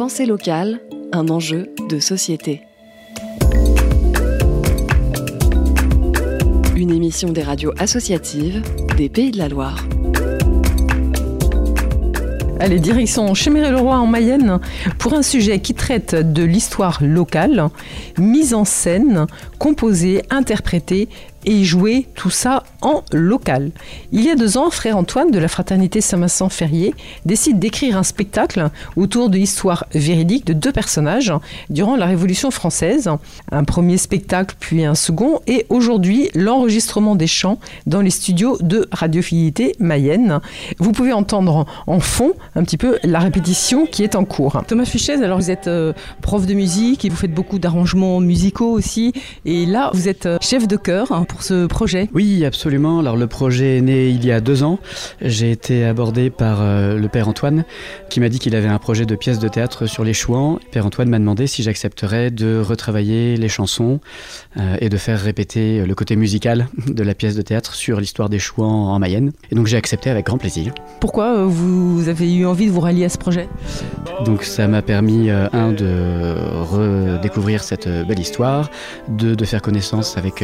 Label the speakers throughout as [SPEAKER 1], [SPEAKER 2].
[SPEAKER 1] Pensée locale, un enjeu de société. Une émission des radios associatives des Pays de la Loire.
[SPEAKER 2] Allez, direction Chéméry-le-Roi en Mayenne pour un sujet qui traite de l'histoire locale, mise en scène, composée, interprétée et jouer tout ça en local. Il y a 2 ans, frère Antoine de la fraternité Saint-Vincent-Ferrier décide d'écrire un spectacle autour de l'histoire véridique de 2 personnages durant la Révolution française. Un premier spectacle, puis un second, et aujourd'hui, l'enregistrement des chants dans les studios de Radiofidélité Mayenne. Vous pouvez entendre en fond un petit peu la répétition qui est en cours. Thomas Fichez, alors vous êtes prof de musique et vous faites beaucoup d'arrangements musicaux aussi. Et là, vous êtes chef de chœur pour ce projet.
[SPEAKER 3] Oui, absolument. Alors le projet est né il y a 2 ans. J'ai été abordé par le père Antoine qui m'a dit qu'il avait un projet de pièce de théâtre sur les Chouans. Le père Antoine m'a demandé si j'accepterais de retravailler les chansons et de faire répéter le côté musical de la pièce de théâtre sur l'histoire des Chouans en Mayenne. Et donc j'ai accepté avec grand plaisir.
[SPEAKER 2] Pourquoi vous avez eu envie de vous rallier à ce projet ?
[SPEAKER 3] Donc ça m'a permis, de redécouvrir cette belle histoire, de faire connaissance avec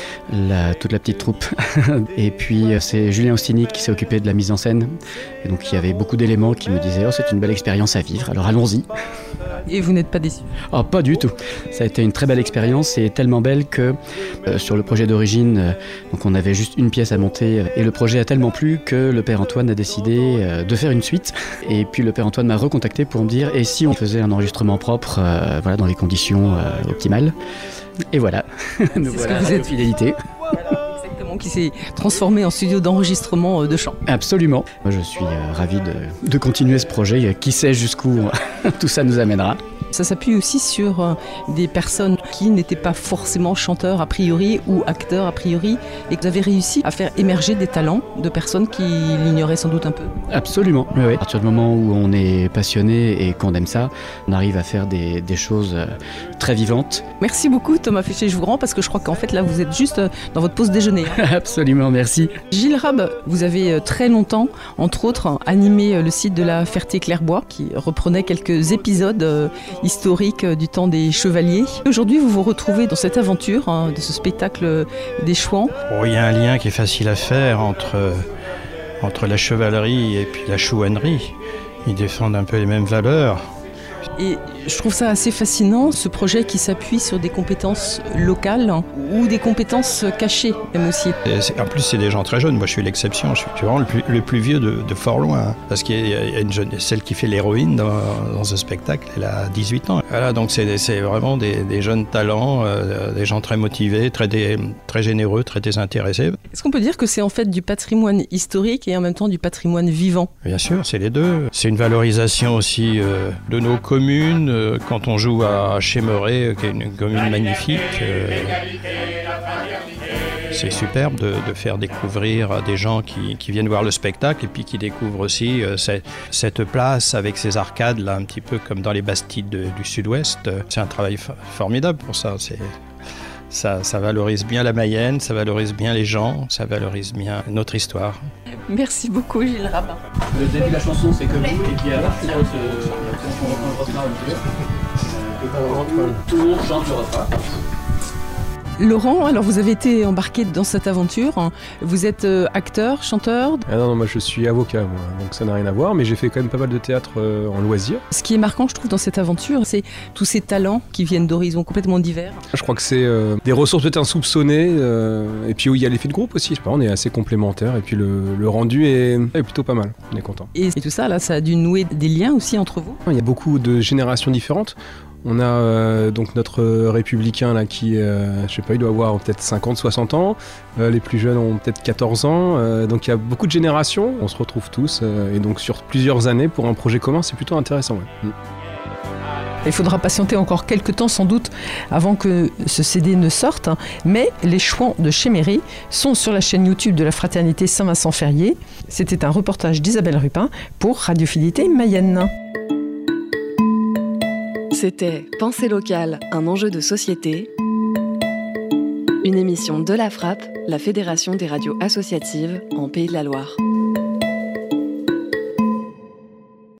[SPEAKER 3] toute la petite troupe. Et puis c'est Julien Ostini qui s'est occupé de la mise en scène. Et donc il y avait beaucoup d'éléments qui me disaient « Oh, c'est une belle expérience à vivre, alors allons-y ».
[SPEAKER 2] Et vous n'êtes pas déçu ?
[SPEAKER 3] Oh, pas du tout. Ça a été une très belle expérience et tellement belle que sur le projet d'origine, donc on avait juste une pièce à monter et le projet a tellement plu que le père Antoine a décidé de faire une suite. Et puis le père Antoine m'a recontacté pour me dire « Et si on faisait un enregistrement propre dans les conditions optimales ?» Et voilà, nous voilà à Fidélité.
[SPEAKER 2] Exactement, qui s'est transformé en studio d'enregistrement de chant.
[SPEAKER 3] Absolument. Moi, je suis ravi de continuer ce projet. Qui sait jusqu'où tout ça nous amènera.
[SPEAKER 2] Ça s'appuie aussi sur des personnes qui n'étaient pas forcément chanteurs a priori ou acteurs a priori et que vous avez réussi à faire émerger des talents de personnes qui l'ignoraient sans doute un peu.
[SPEAKER 3] Absolument, oui. À partir du moment où on est passionné et qu'on aime ça, on arrive à faire des choses très vivantes.
[SPEAKER 2] Merci beaucoup Thomas Fichez, je vous rends parce que je crois qu'en fait là vous êtes juste dans votre pause déjeuner.
[SPEAKER 3] Absolument, merci.
[SPEAKER 2] Gilles Rab, vous avez très longtemps, entre autres, animé le site de la Ferté-Clairbois qui reprenait quelques épisodes historique du temps des chevaliers. Aujourd'hui, vous vous retrouvez dans cette aventure de ce spectacle des Chouans.
[SPEAKER 4] Il y a un lien qui est facile à faire entre la chevalerie et puis la chouannerie. Ils défendent un peu les mêmes valeurs.
[SPEAKER 2] Et je trouve ça assez fascinant, ce projet qui s'appuie sur des compétences locales ou des compétences cachées même aussi.
[SPEAKER 4] En plus, c'est des gens très jeunes. Moi, je suis l'exception. Je suis vraiment le plus vieux de fort loin. Parce qu'il y a une jeune, celle qui fait l'héroïne dans ce spectacle, elle a 18 ans. Voilà, donc c'est vraiment des jeunes talents, des gens très motivés, très généreux, très désintéressés.
[SPEAKER 2] Est-ce qu'on peut dire que c'est en fait du patrimoine historique et en même temps du patrimoine vivant ?
[SPEAKER 4] Bien sûr, c'est les deux. C'est une valorisation aussi de nos communes. Quand on joue à Chéméry, qui est une commune magnifique, c'est superbe de faire découvrir à des gens qui viennent voir le spectacle et puis qui découvrent aussi cette place avec ses arcades, là, un petit peu comme dans les Bastides du Sud-Ouest. C'est un travail formidable pour ça. Ça valorise bien la Mayenne, ça valorise bien les gens, ça valorise bien notre histoire.
[SPEAKER 2] Merci beaucoup Gilles Rabin.
[SPEAKER 3] Le début de la chanson, c'est que vous, et puis à partir de tout le monde chante le refrain.
[SPEAKER 2] Laurent, alors vous avez été embarqué dans cette aventure. Vous êtes acteur, chanteur ?
[SPEAKER 5] Non, moi je suis avocat, moi, donc ça n'a rien à voir, mais j'ai fait quand même pas mal de théâtre en loisir.
[SPEAKER 2] Ce qui est marquant, je trouve, dans cette aventure, c'est tous ces talents qui viennent d'horizons complètement divers.
[SPEAKER 5] Je crois que c'est des ressources peut-être insoupçonnées, et puis où il y a l'effet de groupe aussi. Je sais pas, on est assez complémentaires, et puis le rendu est plutôt pas mal, on est content.
[SPEAKER 2] Et tout ça, là, ça a dû nouer des liens aussi entre vous ?
[SPEAKER 5] Il y a beaucoup de générations différentes. On a donc notre républicain là qui, je sais pas, il doit avoir peut-être 50, 60 ans. Les plus jeunes ont peut-être 14 ans. Donc il y a beaucoup de générations. On se retrouve tous. Et donc sur plusieurs années pour un projet commun, c'est plutôt intéressant. Ouais.
[SPEAKER 2] Il faudra patienter encore quelques temps sans doute avant que ce CD ne sorte. Mais les Chouans de Chéméry sont sur la chaîne YouTube de la Fraternité Saint-Vincent-Ferrier. C'était un reportage d'Isabelle Rupin pour Radiofidélité Mayenne.
[SPEAKER 1] C'était Pensée locale, un enjeu de société. Une émission de la FRAP, la Fédération des radios associatives en Pays de la Loire.